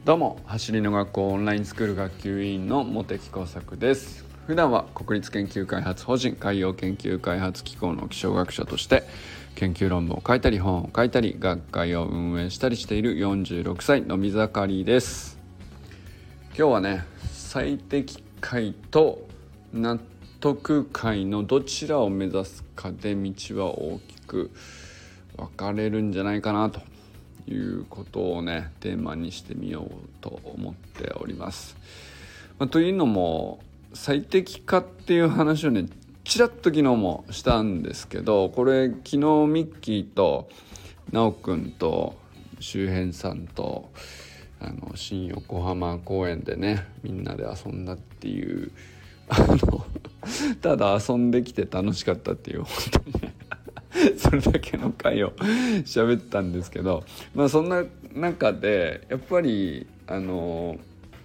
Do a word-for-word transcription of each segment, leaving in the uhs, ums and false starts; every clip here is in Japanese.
どうも、走りの学校オンラインスクール学級委員の茂木耕作です。普段は国立研究開発法人海洋研究開発機構の気象学者として研究論文を書いたり本を書いたり学会を運営したりしているよんじゅうろくさいのび盛りです。今日はね、最適解と納得解のどちらを目指すかで道は大きく分かれるんじゃないかなということをねテーマにしてみようと思っております。まあ、というのも最適化っていう話をねちらっと昨日もしたんですけど、これ昨日ミッキーとナオくんと周辺さんとあの新横浜公園でねみんなで遊んだっていうあのただ遊んできて楽しかったっていう本当にねそれだけの回を喋ったんですけど、まあそんな中でやっぱりあの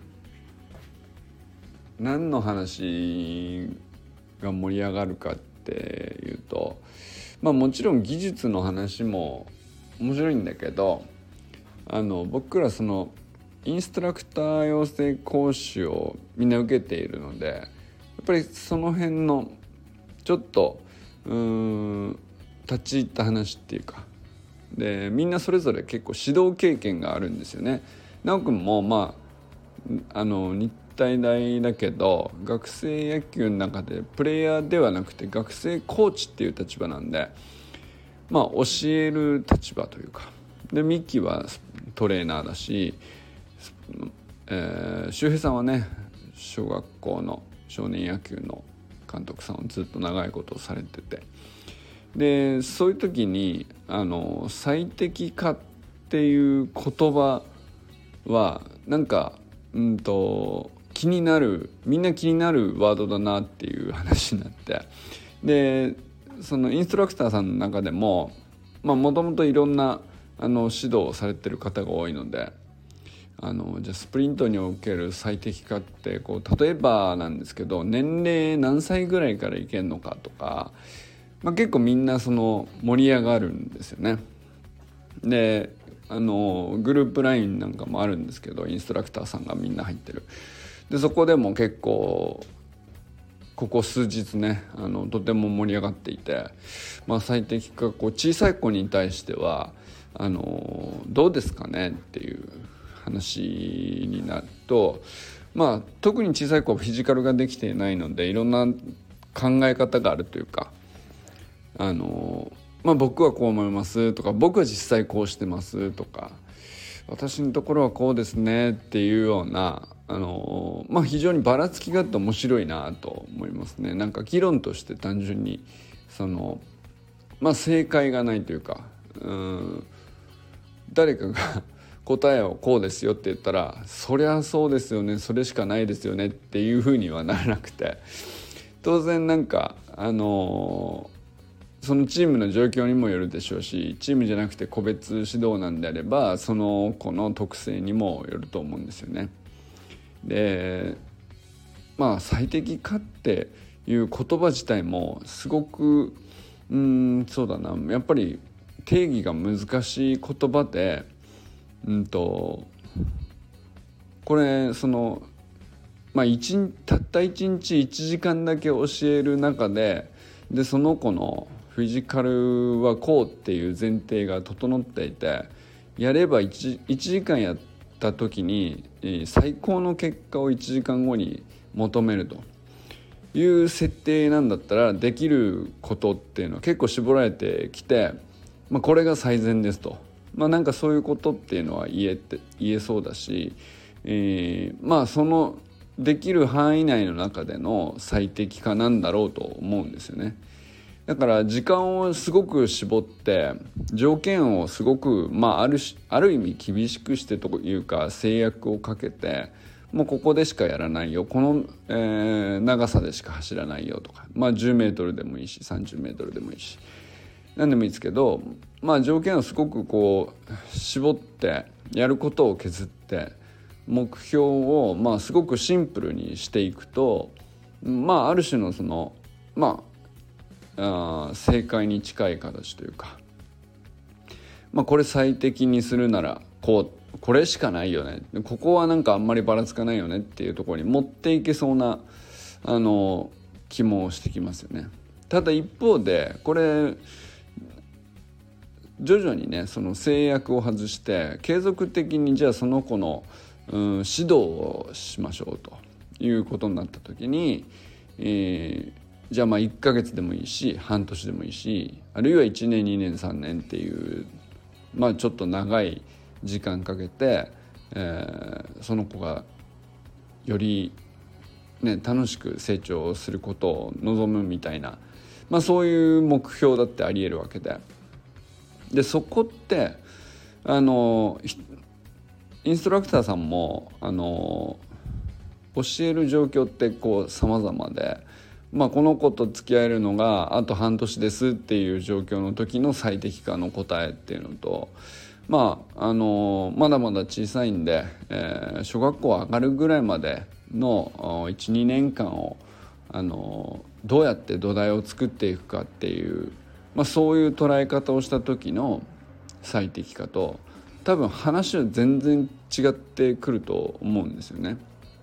何の話が盛り上がるかっていうと、まあもちろん技術の話も面白いんだけど、あの僕らそのインストラクター養成講師をみんな受けているので、やっぱりその辺のちょっとうーん立ち入った話っていうかで、みんなそれぞれ結構指導経験があるんですよね。直くんもまああの日体大だけど学生野球の中でプレイヤーではなくて学生コーチっていう立場なんで、まあ教える立場というかで、ミキはトレーナーだし、えー、周平さんはね小学校の少年野球の監督さんをずっと長いことをされてて、でそういう時にあの最適化っていう言葉はなんかうんと気になるみんな気になるワードだなっていう話になって、でそのインストラクターさんの中でももともといろんなあの指導をされてる方が多いので、あのじゃあスプリントにおける最適化ってこう例えばなんですけど、年齢何歳ぐらいからいけるのかとか、まあ、結構みんなその盛り上がるんですよね。であのグループラインなんかもあるんですけど、インストラクターさんがみんな入ってる。でそこでも結構ここ数日ねあのとても盛り上がっていて、まあ、最適化こう小さい子に対してはあのどうですかねっていう話になると、まあ特に小さい子はフィジカルができていないのでいろんな考え方があるというか、あのまあ僕はこう思いますとか、僕は実際こうしてますとか、私のところはこうですねっていうようなあのまあ非常にばらつきがあって面白いなと思いますね。なんか議論として単純にそのまあ正解がないというか、うん、誰かが答えをこうですよって言ったらそりゃそうですよね、それしかないですよねっていうふうにはならなくて、当然なんかあのそのチームの状況にもよるでしょうし、チームじゃなくて個別指導なんであればその子の特性にもよると思うんですよね。でまあ最適化っていう言葉自体もすごくうーんそうだなやっぱり定義が難しい言葉で、うんとこれそのまあ一たったいちにちいちじかんだけ教える中ででその子のフィジカルはこうっていう前提が整っていて、やれば 1, いちじかんやった時に最高の結果をいちじかんごに求めるという設定なんだったら、できることっていうのは結構絞られてきて、まあ、これが最善ですと、まあなんかそういうことっていうのは言えて言えそうだし、えー、まあそのできる範囲内の中での最適化なんだろうと思うんですよね。だから時間をすごく絞って条件をすごく、まあ、あるしある意味厳しくしてというか制約をかけて、もうここでしかやらないよ、この、えー、長さでしか走らないよとか、まあ、じゅうメートルでもいいしさんじゅうメートルでもいいし何でもいいですけど、まあ、条件をすごくこう絞ってやることを削って目標をまあすごくシンプルにしていくと、まあある種のそのまああ正解に近い形というか、まあこれ最適にするならこうこれしかないよね、ここはなんかあんまりばらつかないよねっていうところに持っていけそうなあの気もしてきますよね。ただ一方でこれ徐々にねその制約を外して継続的にじゃあその子の、うん、指導をしましょうということになった時に、えー、じゃあまあいっかげつでもいいし半年でもいいしあるいはいちねんにねんさんねんっていうまあちょっと長い時間かけて、えー、その子がより、ね、楽しく成長することを望むみたいな、まあ、そういう目標だってありえるわけで、でそこってあのインストラクターさんもあの教える状況ってこう様々で、まあ、この子と付き合えるのがあと半年ですっていう状況の時の最適化の答えっていうのと、まああのまだまだ小さいんで、えー、小学校上がるぐらいまでの いちにねんかんをあのどうやって土台を作っていくかっていうまあ、そういう捉え方をした時の最適化と多分話は全然違ってくると思うんですよね。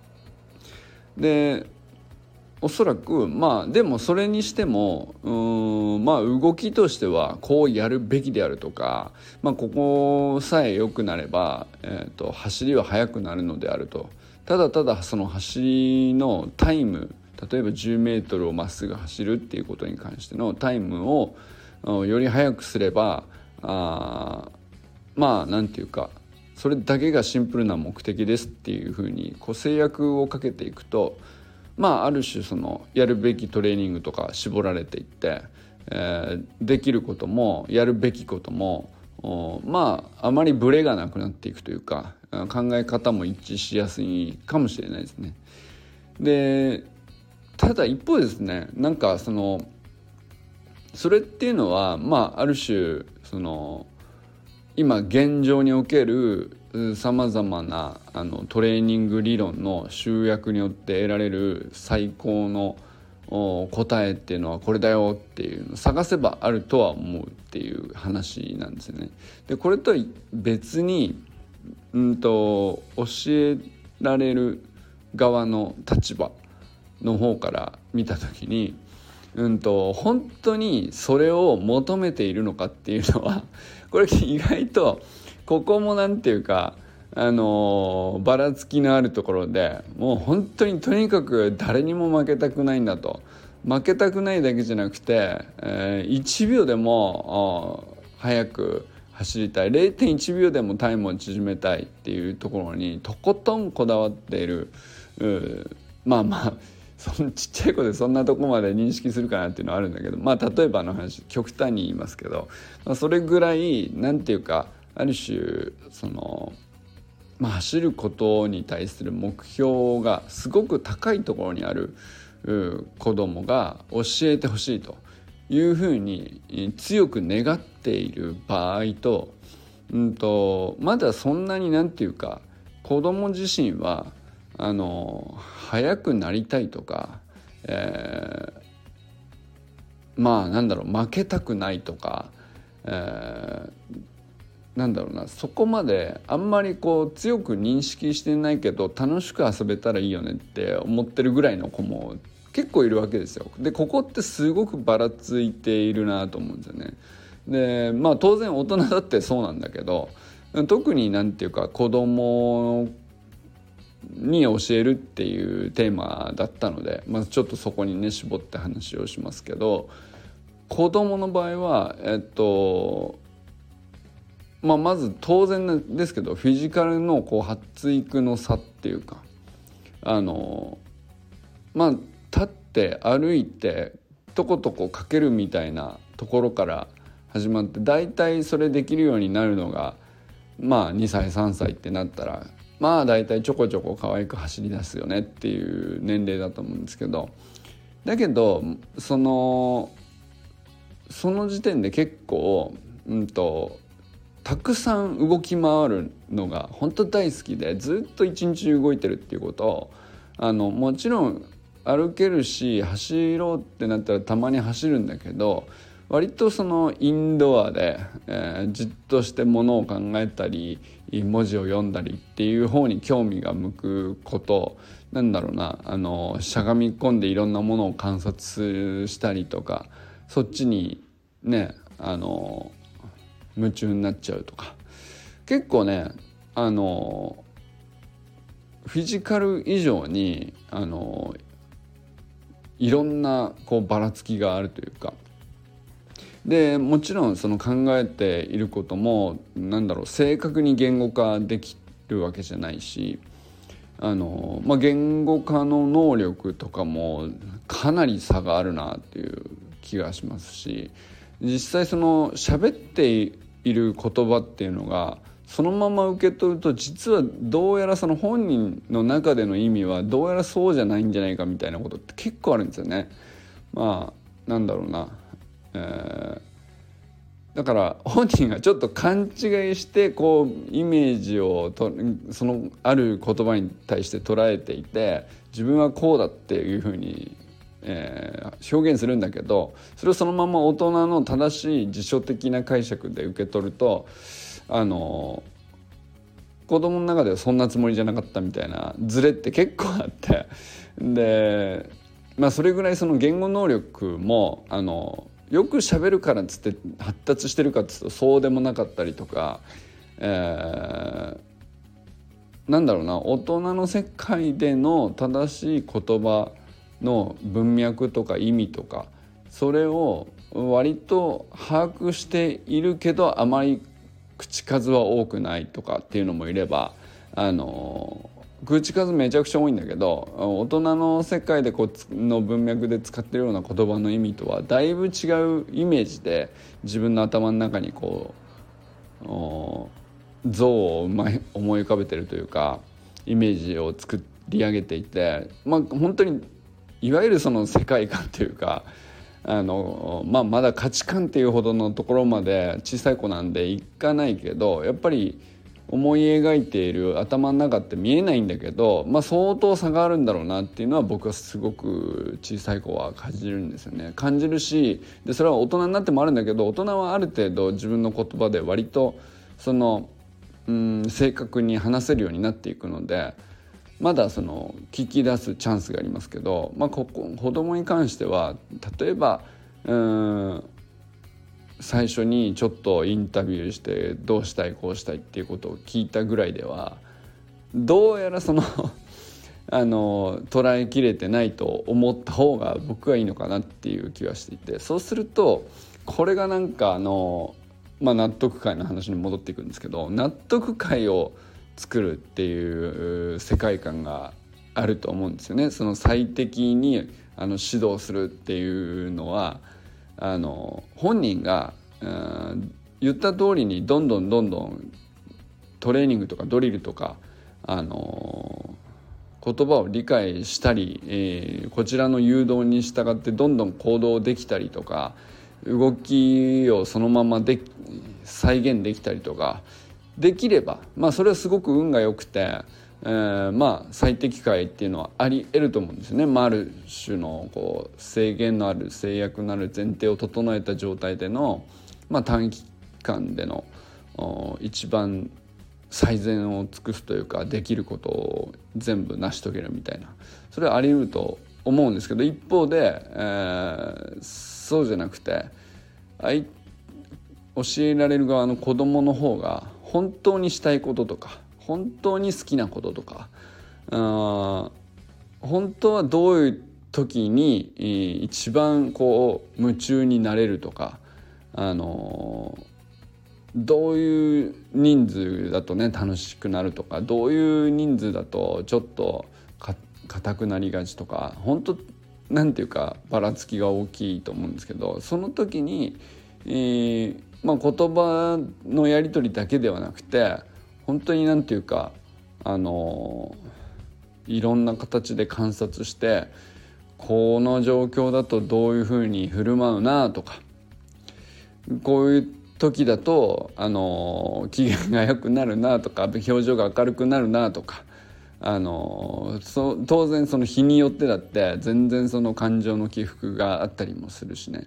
でおそらくまあでもそれにしてもうーんまあ動きとしてはこうやるべきであるとか、まあ、ここさえ良くなれば、えーと、走りは速くなるのであると。ただただその走りのタイム、例えばじゅうメートルをまっすぐ走るっていうことに関してのタイムをより速くすればあまあなんていうかそれだけがシンプルな目的ですっていうふうにこう制約をかけていくと、まあある種そのやるべきトレーニングとか絞られていって、えー、できることもやるべきこともまああまりブレがなくなっていくというか考え方も一致しやすいかもしれないですね。でただ一方ですね、なんかそのそれっていうのはまあある種その今現状におけるさまざまなあのトレーニング理論の集約によって得られる最高の答えっていうのはこれだよっていうのを探せばあるとは思うっていう話なんですよね。でこれとは別に、うんと教えられる側の立場の方から見た時にうんと本当にそれを求めているのかっていうのはこれ意外とここもなんていうかあのばらつきのあるところで、もう本当にとにかく誰にも負けたくないんだと。負けたくないだけじゃなくて、えー、いちびょうでも早く走りたい、 れいてんいちびょうでもタイムを縮めたいっていうところにとことんこだわっている、まあまあそのちっちゃい子でそんなとこまで認識するかなっていうのはあるんだけど、まあ例えばの話極端に言いますけど、まあ、それぐらいなんていうかある種その、まあ、走ることに対する目標がすごく高いところにある子供が教えてほしいというふうに強く願っている場合と、うんとまだそんなになんていうか子供自身はあの速くなりたいとか、えー、まあなんだろう負けたくないとか、えー、なんだろうなそこまであんまりこう強く認識してないけど楽しく遊べたらいいよねって思ってるぐらいの子も結構いるわけですよ。でここってすごくばらついているなと思うんですよね。でまあ当然大人だってそうなんだけど、特になんていうか子供に教えるっていうテーマだったので、まあ、ちょっとそこにね絞って話をしますけど、子供の場合はえっとまあまず当然ですけどフィジカルのこう発育の差っていうかあのまあ立って歩いてとことこかけるみたいなところから始まって、だいたいそれできるようになるのがまあにさいさんさいってなったらまあだいたいちょこちょこ可愛く走り出すよねっていう年齢だと思うんですけど、だけどそのその時点で結構うんとたくさん動き回るのが本当大好きでずっと一日動いてるっていうことをあのもちろん歩けるし走ろうってなったらたまに走るんだけど、 割とそのインドアで、えー、じっとしてものを考えたり文字を読んだりっていう方に興味が向くこと、なんだろうな、あのしゃがみ込んでいろんなものを観察したりとか、そっちにねあの夢中になっちゃうとか、結構ねあのフィジカル以上にあのいろんなこうばらつきがあるというか、でもちろんその考えていることもなんだろう正確に言語化できるわけじゃないし、あの、まあ、言語化の能力とかもかなり差があるなっていう気がしますし、実際その喋っている言葉っていうのがそのまま受け取ると、実はどうやらその本人の中での意味はどうやらそうじゃないんじゃないかみたいなことって結構あるんですよね。まあなんだろうな、えー、だから本人がちょっと勘違いしてこうイメージをとそのある言葉に対して捉えていて、自分はこうだっていうふうに、えー、表現するんだけど、それをそのまま大人の正しい辞書的な解釈で受け取ると、あの子供の中ではそんなつもりじゃなかったみたいなズレって結構あって、でまあそれぐらいその言語能力もあのよく喋るからっつって発達してるかっつうとそうでもなかったりとか、えー、なんだろうな、大人の世界での正しい言葉の文脈とか意味とか、それを割と把握しているけどあまり口数は多くないとかっていうのもいれば、あの口数めちゃくちゃ多いんだけど大人の世界でこうの文脈で使ってるような言葉の意味とはだいぶ違うイメージで自分の頭の中にこう像を思い浮かべてるというか、イメージを作り上げていて、まあ本当にいわゆるその世界観というか、あの、まあ、まだ価値観っていうほどのところまで小さい子なんでいかないけど、やっぱり思い描いている頭の中って見えないんだけど、まあ、相当差があるんだろうなっていうのは僕はすごく小さい子は感じるんですよね。感じるし、でそれは大人になってもあるんだけど、大人はある程度自分の言葉で割とその、うん、正確に話せるようになっていくので、まだその聞き出すチャンスがありますけど、まあ、ここ子供に関しては例えばうーん最初にちょっとインタビューしてどうしたいこうしたいっていうことを聞いたぐらいではどうやらそのあの捉えきれてないと思った方が僕はいいのかなっていう気はしていて、そうするとこれがなんかあの、まあ、納得感の話に戻っていくんですけど、納得感を作るっていう世界観があると思うんですよね。その最適にあの指導するっていうのはあの本人が、うん、言った通りにどんどんどんどんトレーニングとかドリルとかあの言葉を理解したり、えー、こちらの誘導に従ってどんどん行動できたりとか、動きをそのままで再現できたりとかできれば、まあそれはすごく運が良くて、えー、まあ最適解っていうのはあり得ると思うんですよね。まあ、ある種のこう制限のある制約のある前提を整えた状態での、まあ、短期間での一番最善を尽くすというか、できることを全部成し遂げるみたいな、それはあり得ると思うんですけど、一方で、えー、そうじゃなくて教えられる側の子どもの方が本当にしたいこととか本当に好きなこととか、あ本当はどういう時に一番こう夢中になれるとか、あのどういう人数だとね楽しくなるとか、どういう人数だとちょっと硬くなりがちとか、本当なんていうかばらつきが大きいと思うんですけど、その時に、えーまあ、言葉のやり取りだけではなくて本当になんていうかあのいろんな形で観察して、この状況だとどういうふうに振る舞うなとか、こういう時だとあの機嫌が良くなるなとか、表情が明るくなるなとか、あのそ当然その日によってだって全然その感情の起伏があったりもするしね。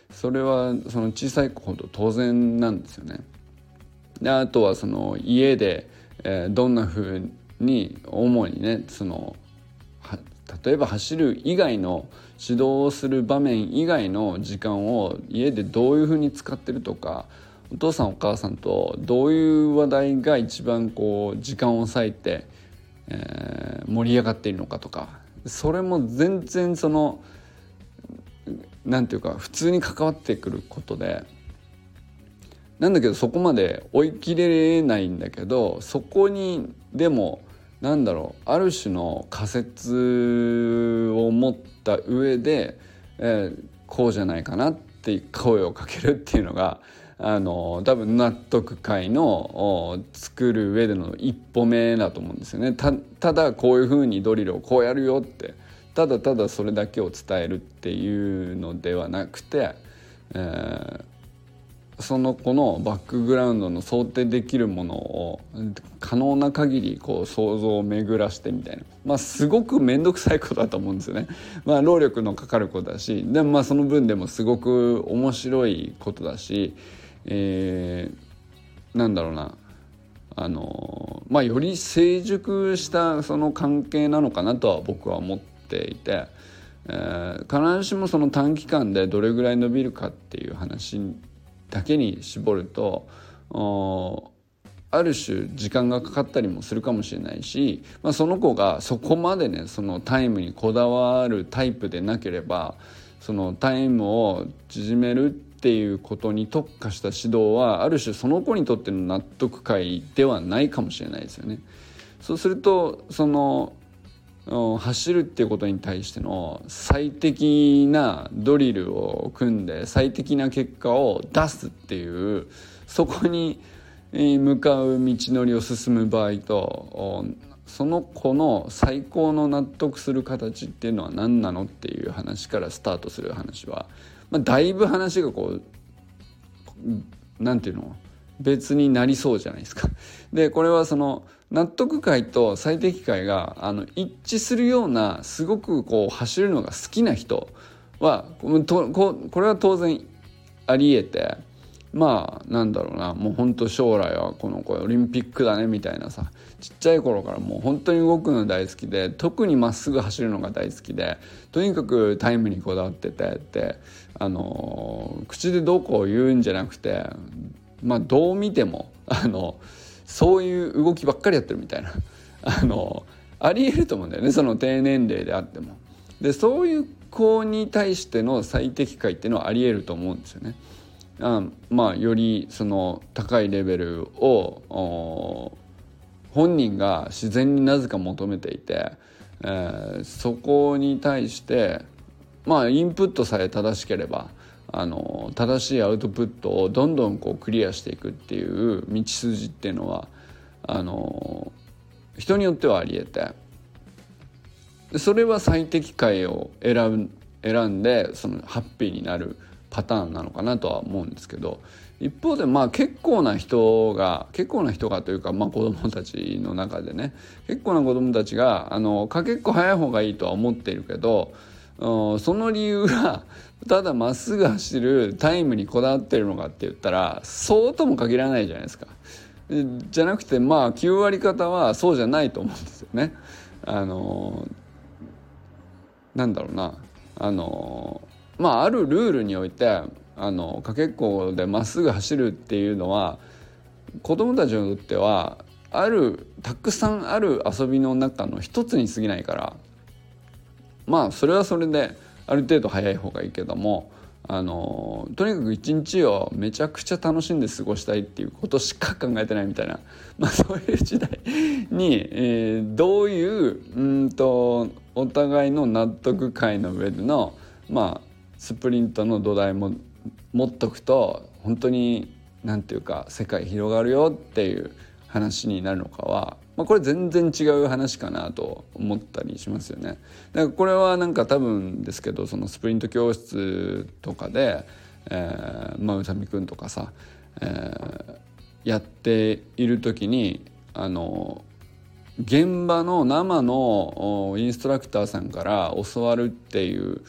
それはその小さい子ほど当然なんですよね。であとはその家で、えー、どんな風に主にねその例えば走る以外の指導をする場面以外の時間を家でどういう風に使ってるとか、お父さんお母さんとどういう話題が一番こう時間を割いて、えー、盛り上がっているのかとか、それも全然そのなんていうか普通に関わってくることで、なんだけどそこまで追い切れないんだけど、そこにでもなんだろうある種の仮説を持った上で、えー、こうじゃないかなって声をかけるっていうのがあの多分納得会の作る上での一歩目だと思うんですよね。 た, ただこういう風にドリルをこうやるよってただただそれだけを伝えるっていうのではなくて、えーその子のバックグラウンドの想定できるものを可能な限りこう想像を巡らしてみたいな、まあすごく面倒くさいことだと思うんですよね。まあ労力のかかることだし、でもまあその分でもすごく面白いことだし、えー、なんだろうなあのまあより成熟したその関係なのかなとは僕は思っていて、えー、必ずしもその短期間でどれぐらい伸びるかっていう話だけに絞るとある種時間がかかったりもするかもしれないし、まあ、その子がそこまでねそのタイムにこだわるタイプでなければそのタイムを縮めるっていうことに特化した指導はある種その子にとっての納得感ではないかもしれないですよね。そうするとその走るっていうことに対しての最適なドリルを組んで最適な結果を出すっていうそこに向かう道のりを進む場合とその子の最高の納得する形っていうのは何なのっていう話からスタートする話は、まあ、だいぶ話がこうなんていうの別になりそうじゃないですか。でこれはその納得感と最適解があの一致するようなすごくこう走るのが好きな人はとここれは当然あり得て、まあなんだろうなもう本当将来はこの子オリンピックだねみたいなさ、ちっちゃい頃からもう本当に動くの大好きで特にまっすぐ走るのが大好きでとにかくタイムにこだわっててってあの口でどうこう言うんじゃなくて、まあどう見てもあのそういう動きばっかりやってるみたいなあのありえると思うんだよね、その低年齢であっても。でそういう子に対しての最適解っていうのはありえると思うんですよね。あまあよりその高いレベルを本人が自然になぜか求めていて、えー、そこに対してまあインプットさえ正しければあの正しいアウトプットをどんどんこうクリアしていくっていう道筋っていうのはあの人によってはあり得て、それは最適解を選ん、選んでそのハッピーになるパターンなのかなとは思うんですけど、一方でまあ結構な人が結構な人がというか、まあ、子どもたちの中でね結構な子どもたちがあのかけっこ早い方がいいとは思っているけど、その理由がただまっすぐ走るタイムにこだわってるのかって言ったらそうとも限らないじゃないですか。じゃなくてまあきゅう割方はそうじゃないと思うんですよね。あのなんだろうなあのまああるルールにおいてあのかけっこでまっすぐ走るっていうのは子どもたちにとってはあるたくさんある遊びの中の一つに過ぎないから、まあそれはそれである程度早い方がいいけども、あのとにかく一日をめちゃくちゃ楽しんで過ごしたいっていうことしか考えてないみたいな、まあ、そういう時代に、えー、どういううんとお互いの納得感の上での、まあ、スプリントの土台も持っとくと本当になんていうか世界広がるよっていう話になるのかは、まあ、これ全然違う話かなと思ったりしますよね。だからこれはなんか多分ですけどそのスプリント教室とかで、えー、まあ宇佐美くんとかさ、えー、やっている時にあの現場の生のインストラクターさんから教わるっていう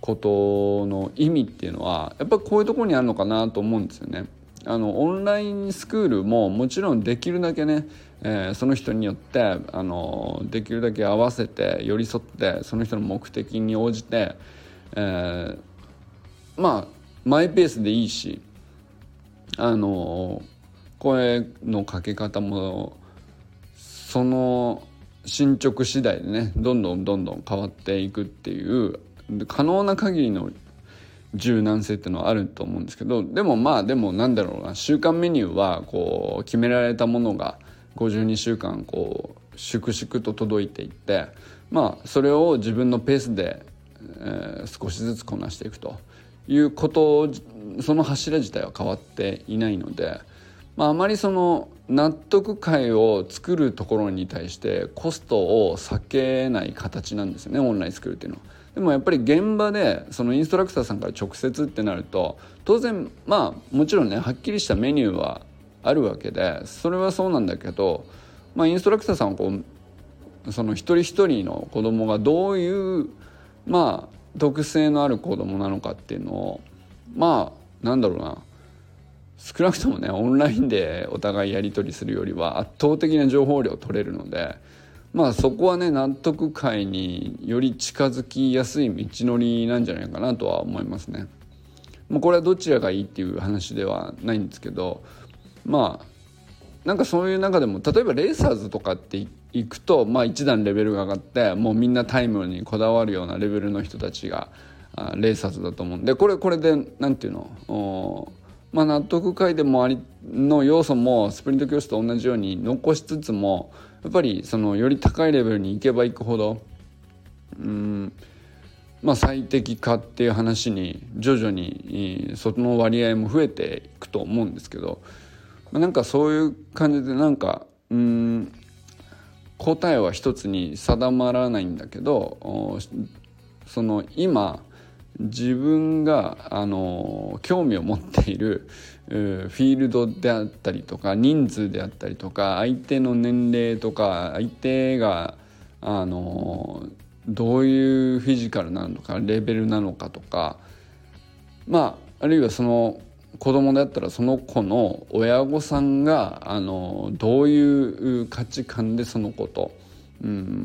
ことの意味っていうのはやっぱこういうところにあるのかなと思うんですよね。あのオンラインスクールももちろんできるだけね、えー、その人によってあのできるだけ合わせて寄り添ってその人の目的に応じて、えー、まあマイペースでいいし、あの声のかけ方もその進捗次第でねどんどんどんどん変わっていくっていう可能な限りの柔軟性っていうのはあると思うんですけど、でもまあでもなんだろうな、週間メニューはこう決められたものがごじゅうにしゅうかんこう粛々と届いていって、まあそれを自分のペースで、えー、少しずつこなしていくということを、その柱自体は変わっていないので、まあ、あまりその納得感を作るところに対してコストを避けない形なんですよね、オンラインスクールっていうのは。でもやっぱり現場でそのインストラクターさんから直接ってなると当然まあもちろんねはっきりしたメニューはあるわけで、それはそうなんだけど、まあ、インストラクターさんはこうその一人一人の子供がどういうまあ特性のある子供なのかっていうのをまあなんだろうな、少なくともねオンラインでお互いやり取りするよりは圧倒的な情報量を取れるので、まあそこはね納得感により近づきやすい道のりなんじゃないかなとは思いますね。もうこれはどちらがいいっていう話ではないんですけど、まあなんかそういう中でも例えばレーサーズとかっていくと、まあ、一段レベルが上がってもうみんなタイムにこだわるようなレベルの人たちがレーサーズだと思うんで、これこれでなんていうの、まあ、納得感でもありの要素もスプリント教室と同じように残しつつもやっぱりそのより高いレベルに行けば行くほどうーんまあ最適化っていう話に徐々にその割合も増えていくと思うんですけど、なんかそういう感じでなんかうーん答えは一つに定まらないんだけど、その今自分があの興味を持っているフィールドであったりとか人数であったりとか相手の年齢とか相手があのどういうフィジカルなのかレベルなのかとか、まああるいはその子供だったらその子の親御さんがあのどういう価値観でその子と、うん、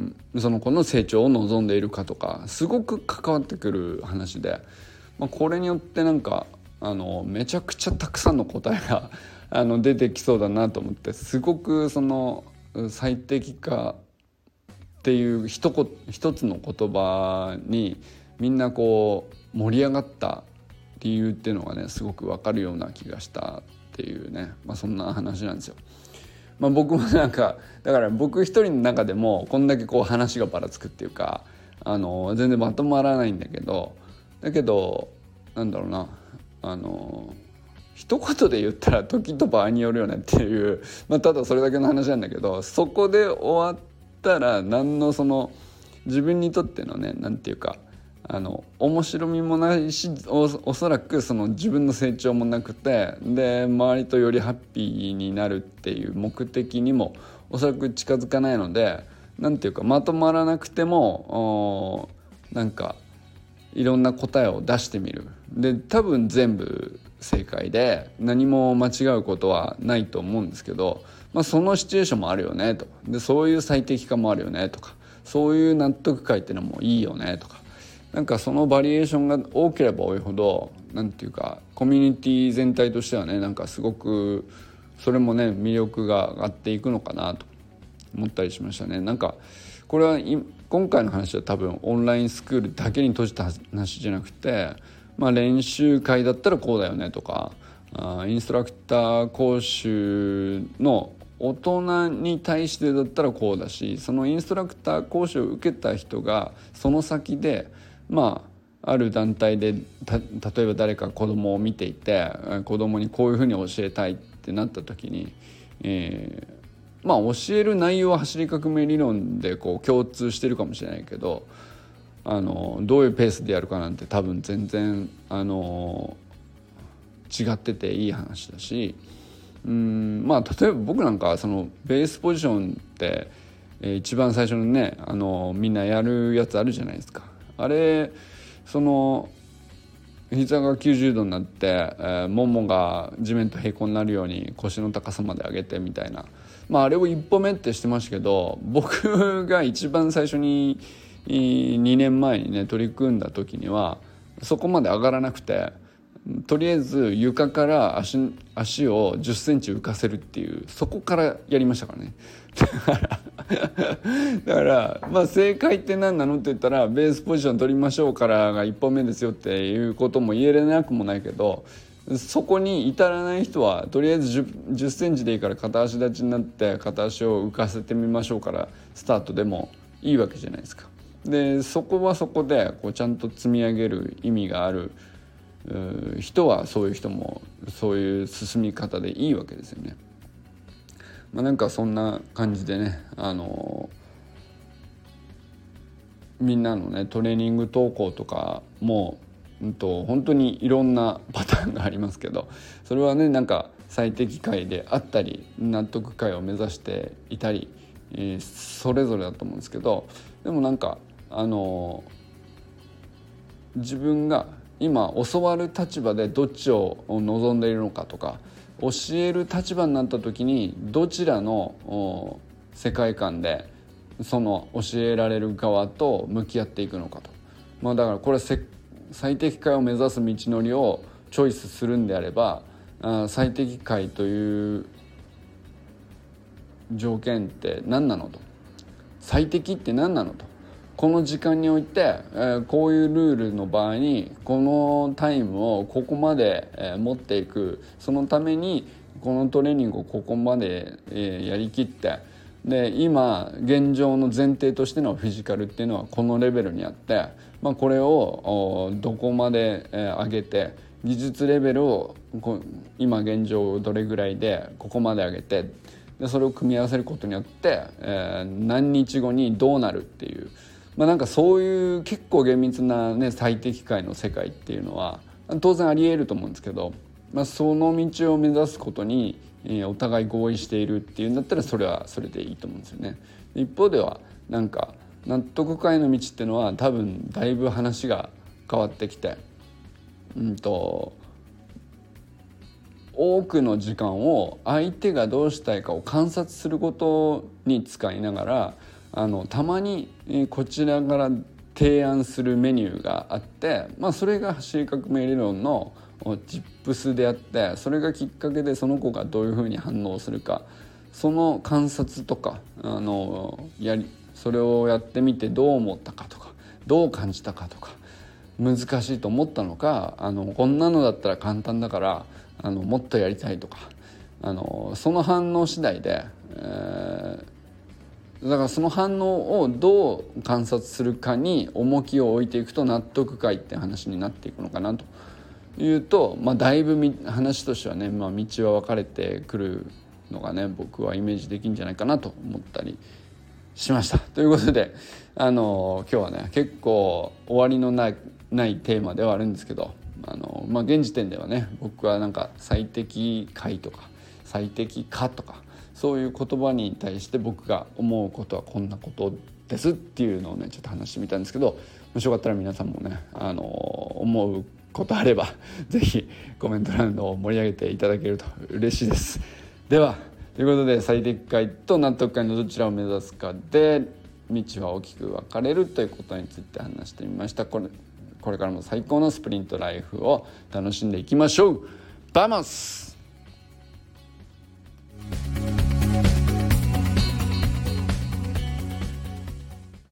その子の成長を望んでいるかとかすごく関わってくる話で、まあ、これによってなんかあのめちゃくちゃたくさんの答えがあの出てきそうだなと思って、すごくその最適化っていう一言一つの言葉にみんなこう盛り上がった理由っていうのがねすごく分かるような気がしたっていうね、まあ、そんな話なんですよ。まあ、僕もなんかだから僕一人の中でもこんだけこう話がばらつくっていうかあの全然まとまらないんだけど、だけどなんだろうな、あの一言で言ったら時と場合によるよねっていう、まあ、ただそれだけの話なんだけど、そこで終わったら何のその自分にとってのねなんていうかあの面白みもないし お, おそらくその自分の成長もなくてで周りとよりハッピーになるっていう目的にもおそらく近づかないので、なんていうかまとまらなくてもなんかいろんな答えを出してみる。で多分全部正解で何も間違うことはないと思うんですけど、まあ、そのシチュエーションもあるよねと、でそういう最適化もあるよねとか、そういう納得感っていうのもいいよねとか、なんかそのバリエーションが多ければ多いほどなんていうかコミュニティ全体としてはねなんかすごくそれもね魅力が上がっていくのかなと思ったりしましたね。なんかこれは今回の話は多分オンラインスクールだけに閉じた話じゃなくて、まあ、練習会だったらこうだよねとかあインストラクター講習の大人に対してだったらこうだし、そのインストラクター講習を受けた人がその先でまあある団体でた例えば誰か子供を見ていて子供にこういうふうに教えたいってなった時に、えー、まあ教える内容は走り革命理論でこう共通してるかもしれないけど、あのどういうペースでやるかなんて多分全然あの違ってていい話だし、うんまあ例えば僕なんかそのベースポジションって、えー、一番最初のねあのみんなやるやつあるじゃないですか。あれその膝がきゅうじゅうどになって、えー、ももが地面と平行になるように腰の高さまで上げてみたいな、まああれを一歩目ってしてましたけど、僕が一番最初ににねんまえにね取り組んだ時にはそこまで上がらなくて、とりあえず床から足、足をじゅっセンチ浮かせるっていう、そこからやりましたからね。だからだからまあ正解って何なのって言ったら、ベースポジション取りましょうからが一歩目ですよっていうことも言えれなくもないけど、そこに至らない人はとりあえず じゅっ, じゅっセンチでいいから片足立ちになって片足を浮かせてみましょうからスタートでもいいわけじゃないですか。でそこはそこでこうちゃんと積み上げる意味がある人はそういう人もそういう進み方でいいわけですよね。まあ、なんかそんな感じでね、あのみんなのねトレーニング投稿とかも、うんと、本当にいろんなパターンがありますけど、それはねなんか最適解であったり納得解を目指していたり、えー、それぞれだと思うんですけど、でもなんかあの自分が今教わる立場でどっちを望んでいるのかとか、教える立場になった時にどちらの世界観でその教えられる側と向き合っていくのかと、まあ、だからこれ最適解を目指す道のりをチョイスするんであれば、最適解という条件って何なのと、最適って何なのと、この時間において、えー、こういうルールの場合にこのタイムをここまで、えー、持っていく、そのためにこのトレーニングをここまで、えー、やりきって、で今現状の前提としてのフィジカルっていうのはこのレベルにあって、まあ、これをどこまで、えー、上げて、技術レベルをこ今現状どれぐらいでここまで上げて、でそれを組み合わせることによって、えー、何日後にどうなるっていう、まあ、なんかそういう結構厳密な、ね、最適解の世界っていうのは当然あり得ると思うんですけど、まあ、その道を目指すことに、えー、お互い合意しているっていうんだったらそれはそれでいいと思うんですよね。一方ではなんか納得解の道っていうのは多分だいぶ話が変わってきて、うんと多くの時間を相手がどうしたいかを観察することに使いながら、あのたまにこちらから提案するメニューがあって、まあ、それが走り革命理論のチップスであって、それがきっかけでその子がどういうふうに反応するか、その観察とかあのやりそれをやってみてどう思ったかとかどう感じたかとか、難しいと思ったのか、あのこんなのだったら簡単だからあのもっとやりたいとか、あのその反応次第で、えー、だからその反応をどう観察するかに重きを置いていくと納得解って話になっていくのかなというと、まあ、だいぶ話としてはね、まあ、道は分かれてくるのがね僕はイメージできるんじゃないかなと思ったりしました。ということであの今日はね結構終わりのないないテーマではあるんですけど、あの、まあ、現時点ではね僕はなんか最適解とか最適化とかそういう言葉に対して僕が思うことはこんなことですっていうのをねちょっと話してみたんですけど、もしよかったら皆さんもねあの思うことあればぜひコメント欄を盛り上げていただけると嬉しいです。ではということで最適解と納得解のどちらを目指すかで道は大きく分かれるということについて話してみました。これこれからも最高のスプリントライフを楽しんでいきましょう。バモス。